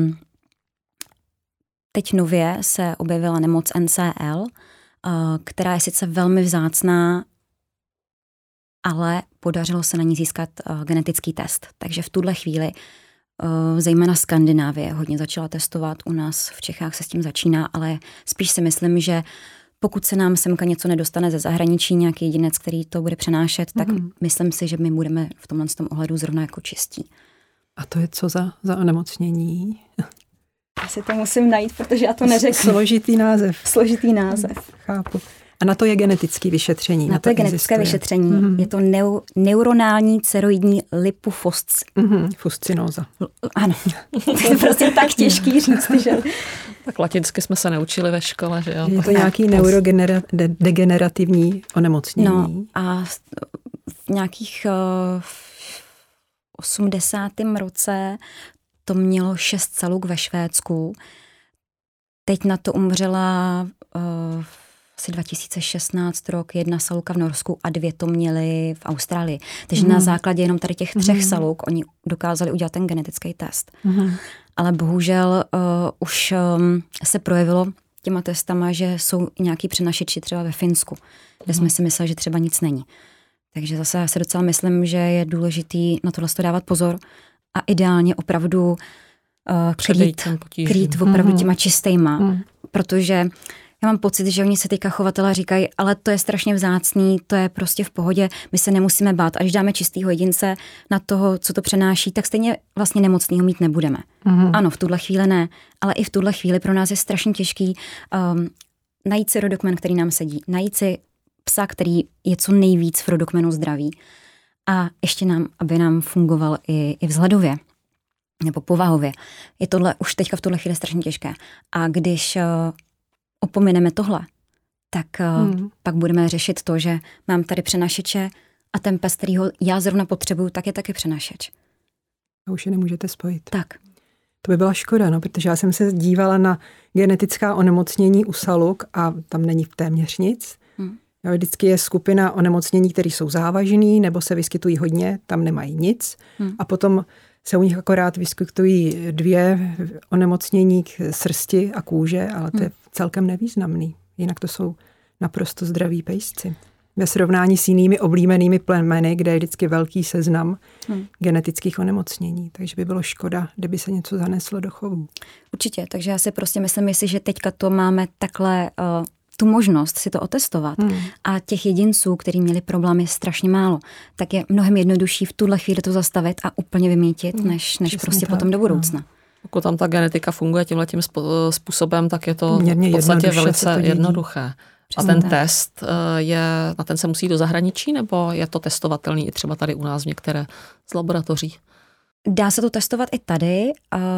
teď nově se objevila nemoc NCL, která je sice velmi vzácná, ale podařilo se na ní získat genetický test. Takže v tuhle chvíli zejména Skandinávie hodně začala testovat, u nás v Čechách se s tím začíná, ale spíš si myslím, že pokud se nám semka něco nedostane ze zahraničí, nějaký jedinec, který to bude přenášet, tak myslím si, že my budeme v tomhle ohledu zrovna jako čistí. A to je co za onemocnění? Já si to musím najít, protože já to neřeknu. Složitý název. Chápu. A na to je genetické vyšetření. Na to je genetické vyšetření. Je to neuronální ceroidní fuscinóza. Ano. To je prostě tak těžký říct, že... Tak latinsky jsme se neučili ve škole, že jo? Je to nějaký neurodegenerativní onemocnění. No a v nějakých 80. roce to mělo 6 saluk ve Švédsku. Teď na to umřela asi 2016 rok, 1 saluka v Norsku a 2 to měly v Austrálii. Takže na základě jenom tady těch 3 saluk oni dokázali udělat ten genetický test. Ale bohužel už se projevilo těma testama, že jsou nějaký přenašeči třeba ve Finsku, kde jsme si mysleli, že třeba nic není. Takže zase já si docela myslím, že je důležitý na tohle dávat pozor a ideálně opravdu krýt opravdu těma čistejma, protože já mám pocit, že oni se teďka chovatelé říkají, ale to je strašně vzácný, to je prostě v pohodě, my se nemusíme bát. Až dáme čistýho jedince na toho, co to přenáší, tak stejně vlastně nemocnýho mít nebudeme. Ano, v tuhle chvíli ne, ale i v tuhle chvíli pro nás je strašně těžký najít si rodokmen, který nám sedí, najít si psa, který je co nejvíc v rodokmenu zdraví a ještě aby nám fungoval i vzhledově nebo povahově. Je tohle už teďka v tuhle chvíli strašně těžké. A když opomineme tohle, tak pak budeme řešit to, že mám tady přenašeče a ten pes, kterýho já zrovna potřebuju, tak je taky přenašeč. A už je nemůžete spojit. Tak. To by byla škoda, no, protože já jsem se dívala na genetická onemocnění u saluk a tam není téměř nic. Vždycky je skupina onemocnění, které jsou závažný nebo se vyskytují hodně, tam nemají nic. A potom se u nich akorát vyskytují 2 onemocnění srsti a kůže, ale to je celkem nevýznamný. Jinak to jsou naprosto zdraví pejsci. Ve srovnání s jinými oblíbenými plemeny, kde je vždycky velký seznam genetických onemocnění. Takže by bylo škoda, kdyby se něco zaneslo do chovu. Určitě, takže já si prostě myslím, že teďka to máme takhle tu možnost si to otestovat a těch jedinců, kteří měli problémy strašně málo, tak je mnohem jednodušší v tuhle chvíli to zastavit a úplně vymítit, než prostě tak, potom do budoucna. Pokud tam ta genetika funguje tímhletím způsobem, tak je to v podstatě velice jednoduché. Přesně a ten test, na ten se musí do zahraničí, nebo je to testovatelný i třeba tady u nás v některé z laboratoří? Dá se to testovat i tady,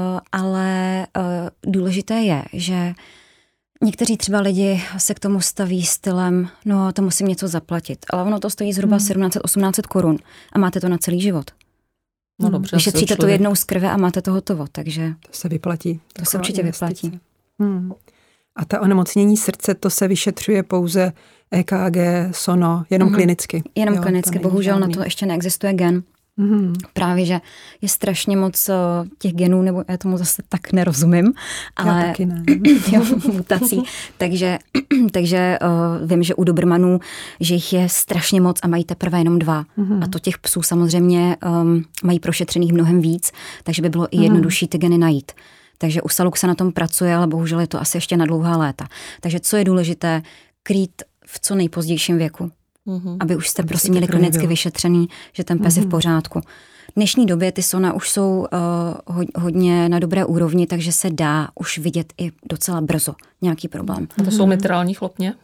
ale důležité je, že někteří třeba lidi se k tomu staví stylem, no to musím něco zaplatit, ale ono to stojí zhruba 1700-1800 korun a máte to na celý život. No dobře. Vyšetříte to jednou z krve a máte to hotovo, takže... To se vyplatí. To se určitě vyplatí. A ta onemocnění srdce, to se vyšetřuje pouze EKG, sono, jenom klinicky. Jenom klinicky, bohužel na to ještě neexistuje gen. Právě, že je strašně moc těch genů, nebo já tomu zase tak nerozumím, ale já taky ne. mutací. Takže vím, že u Dobermanů, že jich je strašně moc a mají teprve jenom 2. A to těch psů samozřejmě mají prošetřených mnohem víc, takže by bylo i jednodušší ty geny najít. Takže u saluk se na tom pracuje, ale bohužel je to asi ještě na dlouhá léta. Takže co je důležité, krýt v co nejpozdějším věku. Aby už jste prostě měli klinicky vyšetřený, že ten pes je v pořádku. V dnešní době ty sona už jsou hodně na dobré úrovni, takže se dá už vidět i docela brzo nějaký problém. A to jsou mitrální chlopně?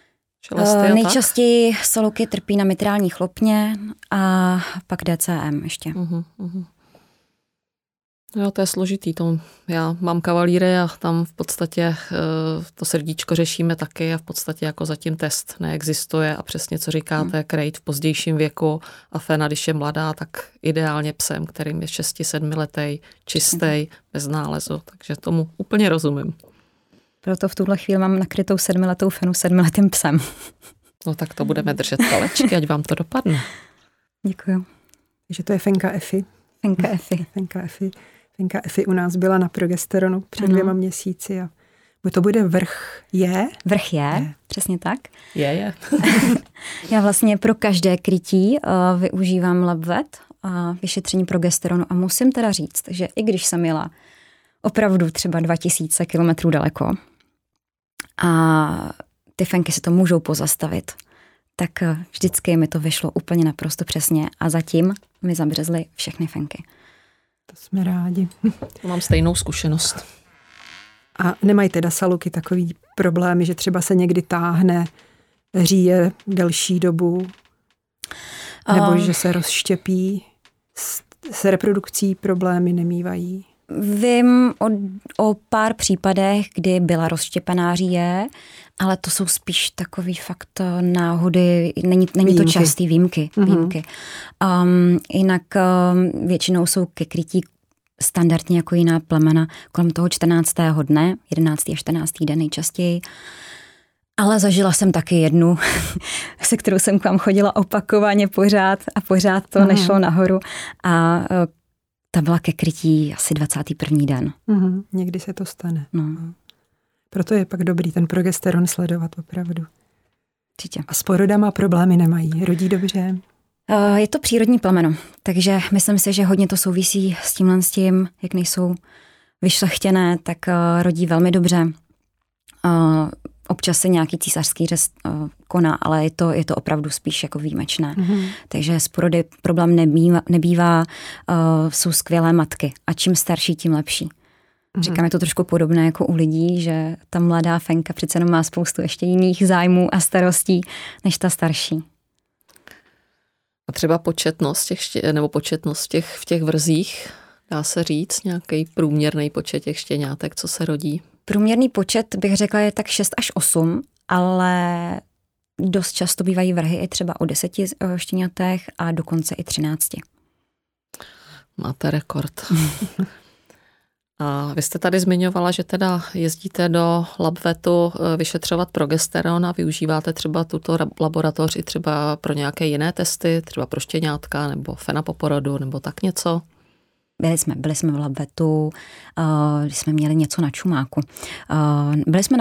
Nejčastěji saluky trpí na mitrální chlopně a pak DCM ještě. Jo, to je složitý. Já mám kavalíry a tam v podstatě to srdíčko řešíme taky a v podstatě jako zatím test neexistuje a přesně co říkáte, krejt v pozdějším věku a Fena, když je mladá, tak ideálně psem, kterým je 6-7 letý, čistý, bez nálezu. Takže tomu úplně rozumím. Proto v tuhle chvíli mám nakrytou 7letou Fenu 7letým psem. No tak to budeme držet palečky, ať vám to dopadne. Děkuju. Takže to je Fenka Efi. Fenka Efi. Fenka Efi u nás byla na progesteronu před 2 měsíci a to bude vrch je? Vrch je, přesně tak. Je. Já vlastně pro každé krytí využívám LabVet a vyšetření progesteronu a musím teda říct, že i když jsem jela opravdu třeba 2000 kilometrů daleko a ty fenky si to můžou pozastavit, tak vždycky mi to vyšlo úplně naprosto přesně a zatím mi zabřezly všechny fenky. To jsme rádi. Mám stejnou zkušenost. A nemají teda saluky takový problémy, že třeba se někdy táhne říje delší dobu, nebo že se rozštěpí, s reprodukcí problémy nemívají? Vím o pár případech, kdy byla rozštěpená říje, ale to jsou spíš takový fakt náhody, není to častý výjimky. Jinak většinou jsou ke krytí standardně jako jiná plemena kolem toho 14. dne, 11. a 14. den nejčastěji. Ale zažila jsem taky jednu, se kterou jsem k vám chodila opakovaně pořád to nešlo nahoru a ta byla ke krytí asi 21. den. Někdy se to stane. No. Proto je pak dobrý ten progesteron sledovat opravdu. Určitě. A s porodama problémy nemají. Rodí dobře? Je to přírodní plemeno, takže myslím si, že hodně to souvisí s tím, jak nejsou vyšlechtěné, tak rodí velmi dobře. Občas se nějaký císařský řez koná, ale je to opravdu spíš jako výjimečné. Takže s porody problém nebývá, jsou skvělé matky a čím starší, tím lepší. Říkám, je to trošku podobné jako u lidí, že ta mladá fenka přece jenom má spoustu ještě jiných zájmů a starostí než ta starší. A třeba početnost v těch vrzích, dá se říct, nějaký průměrný počet těch štěňátek, co se rodí? Průměrný počet, bych řekla, je tak 6 až 8, ale dost často bývají vrhy i třeba o 10 štěňatech a dokonce i 13. Máte rekord. A vy jste tady zmiňovala, že teda jezdíte do LabVetu vyšetřovat progesteron a využíváte třeba tuto laboratoř i třeba pro nějaké jiné testy, třeba pro štěňátka nebo Fena po porodu nebo tak něco? Byli jsme v LabVetu, když jsme měli něco na čumáku. Byli jsme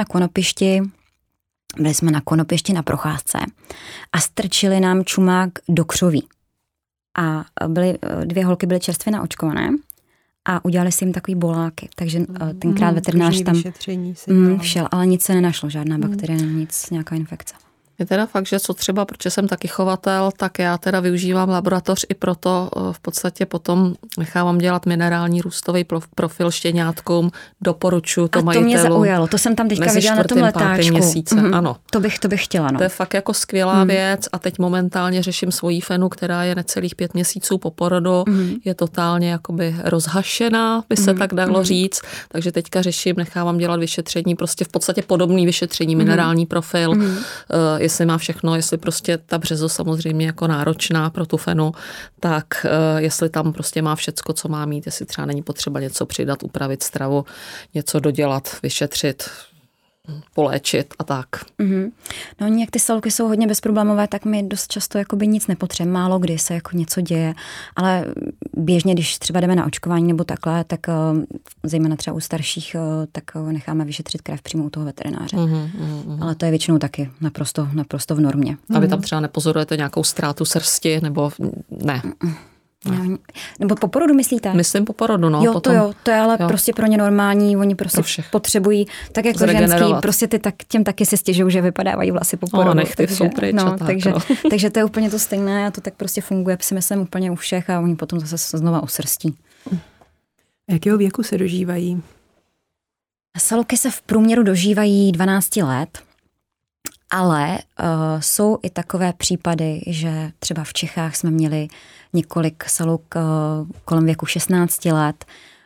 na konopišti na procházce a strčili nám čumák do křoví. A 2 holky byly čerstvě naočkované a udělali si jim takový boláky. Takže tenkrát veterinář tam všel, ale nic se nenašlo, žádná bakterie, nic, nějaká infekce. Je teda fakt, že co třeba, protože jsem taky chovatel, tak já teda využívám laboratoř i proto v podstatě potom nechávám dělat minerální růstový profil štěňátkům, doporučuji to majitelům. A to mě zaujalo, to jsem tam teďka viděla na tom letáčku. Měsíce, ano. To bych chtěla, no. To je fakt jako skvělá věc a teď momentálně řeším svoji Fenu, která je necelých 5 měsíců po porodu, je totálně jakoby rozhašená, by se tak dalo říct, takže teďka nechávám dělat vyšetření, prostě v podstatě podobný vyšetření, minerální profil, jestli má všechno, jestli prostě ta březo samozřejmě jako náročná pro tu Fenu, tak jestli tam prostě má všecko, co má mít, jestli třeba není potřeba něco přidat, upravit stravu, něco dodělat, vyšetřit, poléčit a tak. No jak ty saluky jsou hodně bezproblémové, tak my dost často jakoby nic nepotřebujeme, málo kdy se jako něco děje, ale běžně, když třeba jdeme na očkování nebo takhle, tak zejména třeba u starších, tak necháme vyšetřit krev přímo u toho veterináře. Ale to je většinou taky naprosto v normě. A vy tam třeba nepozorujete nějakou ztrátu srsti, nebo ne? Nebo po porodu myslíte? Myslím po porodu, no. Jo, to je ale prostě pro ně normální, oni prostě potřebují, tak jako ženský, prostě těm taky se stěžují, že vypadávají vlasy po porodu. Nechty jsou pryč a tak. Takže to je úplně to stejné a to tak prostě funguje, si myslím úplně u všech a oni potom zase znova osrstí. Jakého věku se dožívají? Saluky se v průměru dožívají 12 let. Ale jsou i takové případy, že třeba v Čechách jsme měli několik saluk kolem věku 16 let.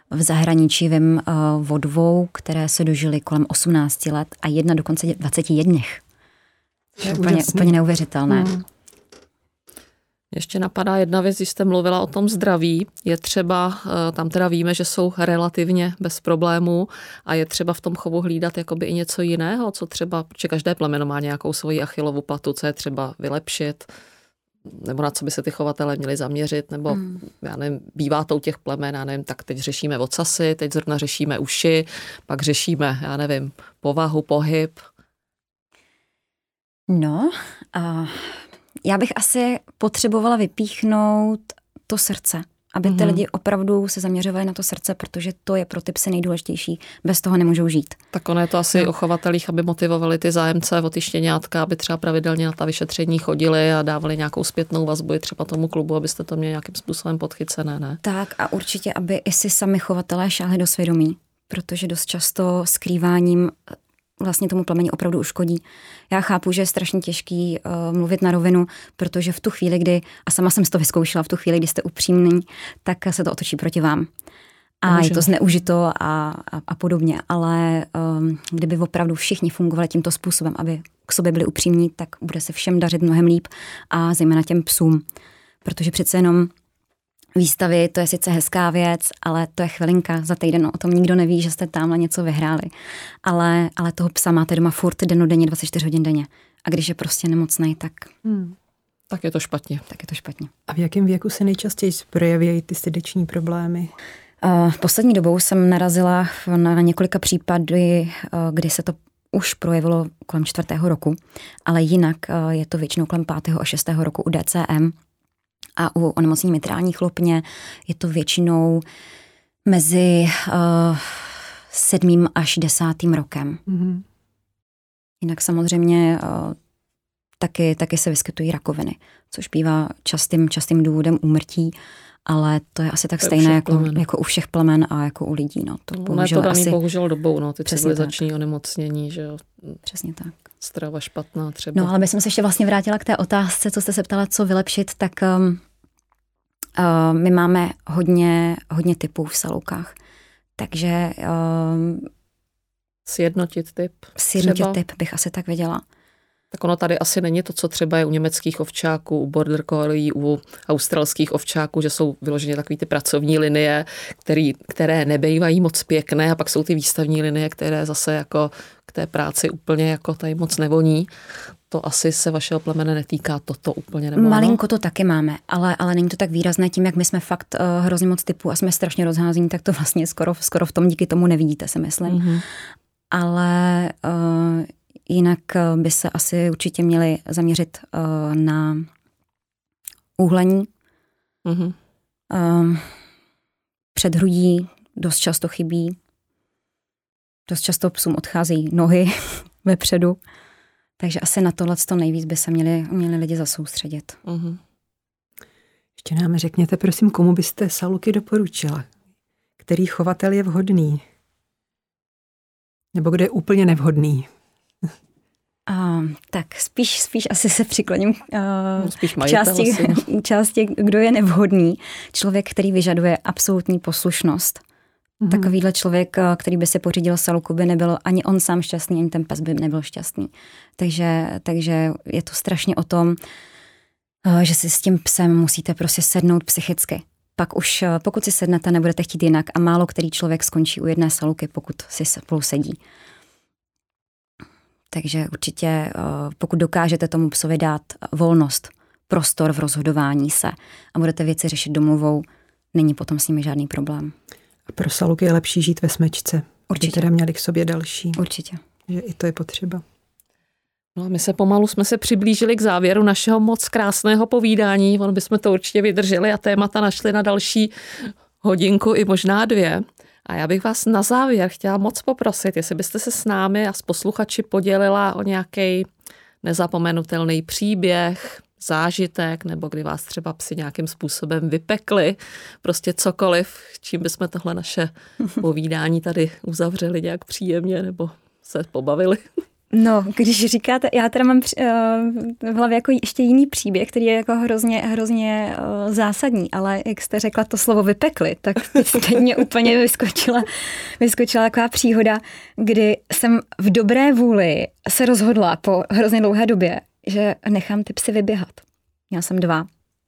v zahraničí vím o 2, které se dožily kolem 18 let a jedna dokonce 21. To je úplně neuvěřitelné. Ještě napadá jedna věc, když jste mluvila o tom zdraví, je třeba, tam teda víme, že jsou relativně bez problémů a je třeba v tom chovu hlídat jakoby i něco jiného, co třeba, protože každé plemeno má nějakou svoji Achillovu patu, co je třeba vylepšit, nebo na co by se ty chovatelé měli zaměřit, nebo já nevím, bývá to u těch plemen, já nevím, tak teď řešíme ocasy, teď zrovna řešíme uši, pak řešíme, já nevím, povahu, pohyb. No, já bych asi potřebovala vypíchnout to srdce, aby ty lidi opravdu se zaměřovali na to srdce, protože to je pro ty psy nejdůležitější. Bez toho nemůžou žít. Tak ono je to asi o chovatelích, aby motivovali ty zájemce o ty štěňátka, aby třeba pravidelně na ta vyšetření chodili a dávali nějakou zpětnou vazbu i třeba tomu klubu, abyste to měli nějakým způsobem podchycené, ne? Tak a určitě, aby i si sami chovatelé šáhli do svědomí, protože dost často skrýváním vlastně tomu plemeni opravdu uškodí. Já chápu, že je strašně těžký mluvit na rovinu, protože v tu chvíli, kdy, a sama jsem si to vyzkoušela, v tu chvíli, kdy jste upřímný, tak se to otočí proti vám. A je to zneužito a podobně. Ale kdyby opravdu všichni fungovali tímto způsobem, aby k sobě byli upřímní, tak bude se všem dařit mnohem líp a zejména těm psům. Protože přece jenom výstavy, to je sice hezká věc, ale to je chvilinka za týden, o tom nikdo neví, že jste tamhle něco vyhráli. Ale toho psa máte doma furt dennodenně, 24 hodin denně. A když je prostě nemocnej, tak... Tak je to špatně. Tak je to špatně. A v jakém věku se nejčastěji projeví ty srdeční problémy? Poslední dobou jsem narazila na několika případy, kdy se to už projevilo kolem 4. roku, ale jinak je to většinou kolem 5. a 6. roku u DCM. A u onemocnění mitrální chlopně je to většinou mezi 7. až 10. rokem. Jinak samozřejmě taky se vyskytují rakoviny, což bývá častým důvodem úmrtí, ale to je asi tak stejné jako u všech plemen a jako u lidí. No. To je to daný bohužel dobou, ty civilizační onemocnění, že jo. Přesně tak. Strava špatná třeba. No, ale bych se ještě vlastně vrátila k té otázce, co jste se ptala, co vylepšit, tak my máme hodně typů v saloukách. Takže sjednotit typ bych asi tak věděla. Tak ono tady asi není to, co třeba je u německých ovčáků, u border collie, u australských ovčáků, že jsou vyloženě takový ty pracovní linie, které nebejvají moc pěkné a pak jsou ty výstavní linie, které zase jako k té práci úplně jako tady moc nevoní. To asi se vašeho plemene netýká, toto úplně nebo malinko to taky máme, ale není to tak výrazné tím, jak my jsme fakt hrozně moc typů a jsme strašně rozházení, tak to vlastně skoro v tom díky tomu nevidíte, si myslím. Ale jinak by se asi určitě měli zaměřit na úhlení. Předhrudí dost často chybí. Dost často psům odcházejí nohy vepředu. Takže asi na tohleto nejvíc by se měli lidi zasoustředit. Ještě nám řekněte, prosím, komu byste saluky doporučila? Který chovatel je vhodný? Nebo kdo je úplně nevhodný? Tak spíš asi se přikloním k části, kdo je nevhodný. Člověk, který vyžaduje absolutní poslušnost. Takovýhle člověk, který by si pořídil saluku, by nebyl ani on sám šťastný, ani ten pes by nebyl šťastný. Takže je to strašně o tom, že si s tím psem musíte prostě sednout psychicky. Pak už, pokud si sednete, nebudete chtít jinak a málo který člověk skončí u jedné saluky, pokud si spolu sedí. Takže určitě, pokud dokážete tomu psovi dát volnost, prostor v rozhodování se a budete věci řešit domluvou, není potom s nimi žádný problém. A pro saluky je lepší žít ve smečce. Určitě. Teda měli k sobě další. Určitě. Že i to je potřeba. No a my se pomalu jsme se přiblížili k závěru našeho moc krásného povídání. On bychom to určitě vydrželi a témata našli na další hodinku i možná 2. A já bych vás na závěr chtěla moc poprosit, jestli byste se s námi a s posluchači podělila o nějaký nezapomenutelný příběh, zážitek, nebo kdy vás třeba psi nějakým způsobem vypekli, prostě cokoliv, čím bychom tohle naše povídání tady uzavřeli nějak příjemně, nebo se pobavili. No, když říkáte, já teda mám v hlavě jako ještě jiný příběh, který je jako hrozně zásadní, ale jak jste řekla to slovo vypekli, tak teď mě úplně vyskočila taková příhoda, kdy jsem v dobré vůli se rozhodla po hrozně dlouhé době, že nechám ty psy vyběhat. Měla jsem 2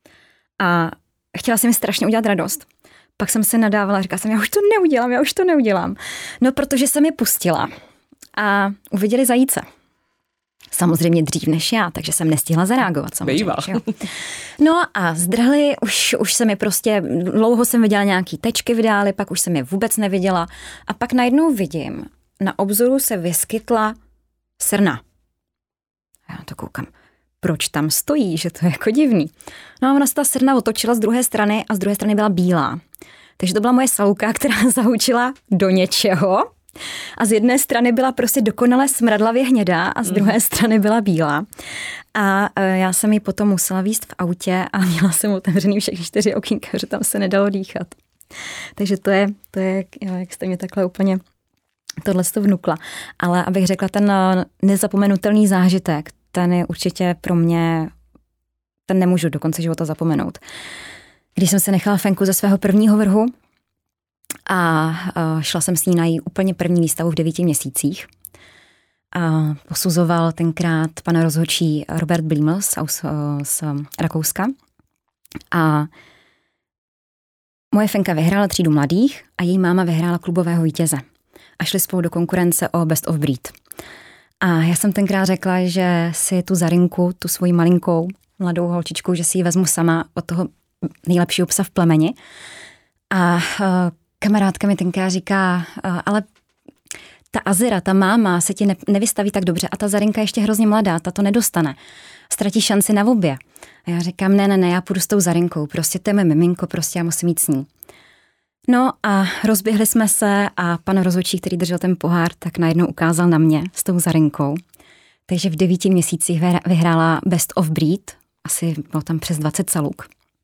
a chtěla jsem mi strašně udělat radost. Pak jsem se nadávala, říkala jsem, já už to neudělám. No, protože jsem je pustila a uviděli zajíce. Samozřejmě dřív než já, takže jsem nestihla zareagovat. Samozřejmě, no a zdrhli, už se mi prostě, dlouho jsem viděla nějaký tečky v dáli, pak už jsem je vůbec neviděla. A pak najednou vidím, na obzoru se vyskytla srna. Já to koukám, proč tam stojí, že to je jako divný. No a ona se ta srna otočila z druhé strany a z druhé strany byla bílá. Takže to byla moje saluka, která zahučila do něčeho. A z jedné strany byla prostě dokonale smradlavě hnědá a z druhé strany byla bílá. A já jsem ji potom musela vízt v autě a měla jsem otevřený všechny 4 okýnka, že tam se nedalo dýchat. Takže to je jak jste mě takhle úplně tohleto vnukla. Ale abych řekla, ten nezapomenutelný zážitek, ten je určitě pro mě, ten nemůžu do konce života zapomenout. Když jsem se nechala Fenku ze svého prvního vrhu, a šla jsem s ní na její úplně první výstavu v 9 měsících. A posuzoval tenkrát pan rozhodčí Robert Blíml z Rakouska. A moje Fenka vyhrála třídu mladých a její máma vyhrála klubového vítěze. A šli spolu do konkurence o Best of Breed. A já jsem tenkrát řekla, že si tu Zarinku, tu svoji malinkou mladou holčičku, že si ji vezmu sama od toho nejlepšího psa v plemeni. A kamarádka mi tenkrát říká, ale ta Azira, ta máma se ti nevystaví tak dobře a ta Zarinka je ještě hrozně mladá, ta to nedostane. Ztratí šanci na obě. A já říkám, ne, já půjdu s tou Zarinkou, prostě to je mé miminko, prostě já musím jít s ní. No a rozběhli jsme se a pan rozhodčí, který držel ten pohár, tak najednou ukázal na mě s tou Zarinkou. Takže v 9 měsících vyhrála Best of Breed, asi bylo tam přes 20 saluk.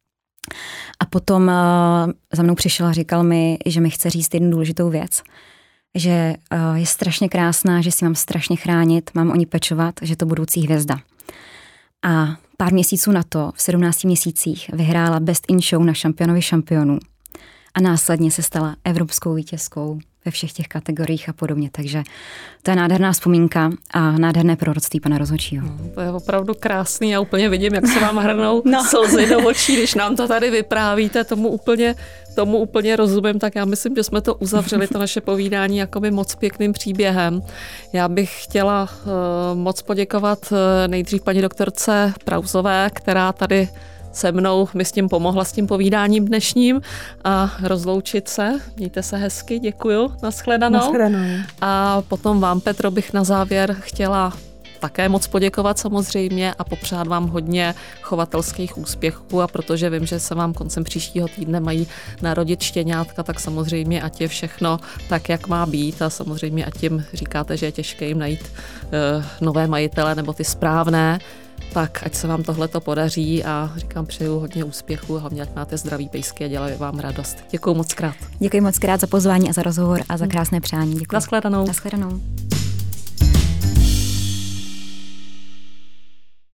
A potom za mnou přišel a říkal mi, že mi chce říct jednu důležitou věc. Že je strašně krásná, že si mám strašně chránit, mám o ní pečovat, že to budoucí hvězda. A pár měsíců na to, v 17 měsících, vyhrála Best in Show na Šampionovi šampionů. A následně se stala evropskou vítězkou ve všech těch kategoriích a podobně. Takže to je nádherná vzpomínka a nádherné proroctví pana rozhodčího. To je opravdu krásný. Já úplně vidím, jak se vám hrnou slzy do očí, když nám to tady vyprávíte. Tomu úplně rozumím, tak já myslím, že jsme to uzavřeli, to naše povídání, jakoby moc pěkným příběhem. Já bych chtěla moc poděkovat nejdřív paní doktorce Prausové, která tady se mnou mi s tím pomohla, s tím povídáním dnešním a rozloučit se. Mějte se hezky, děkuju, nashledanou. A potom vám, Petro, bych na závěr chtěla také moc poděkovat samozřejmě a popřát vám hodně chovatelských úspěchů a protože vím, že se vám koncem příštího týdne mají narodit štěňátka, tak samozřejmě ať je všechno tak, jak má být a samozřejmě ať jim říkáte, že je těžké jim najít nové majitele nebo ty správné, tak ať se vám tohleto podaří a říkám, přeju hodně úspěchů, hlavně ať máte zdraví pejsky a dělají vám radost. Děkuju moc krát. Děkuji moc krát za pozvání a za rozhovor a za krásné přání. Děkuji. Nashledanou. Nashledanou.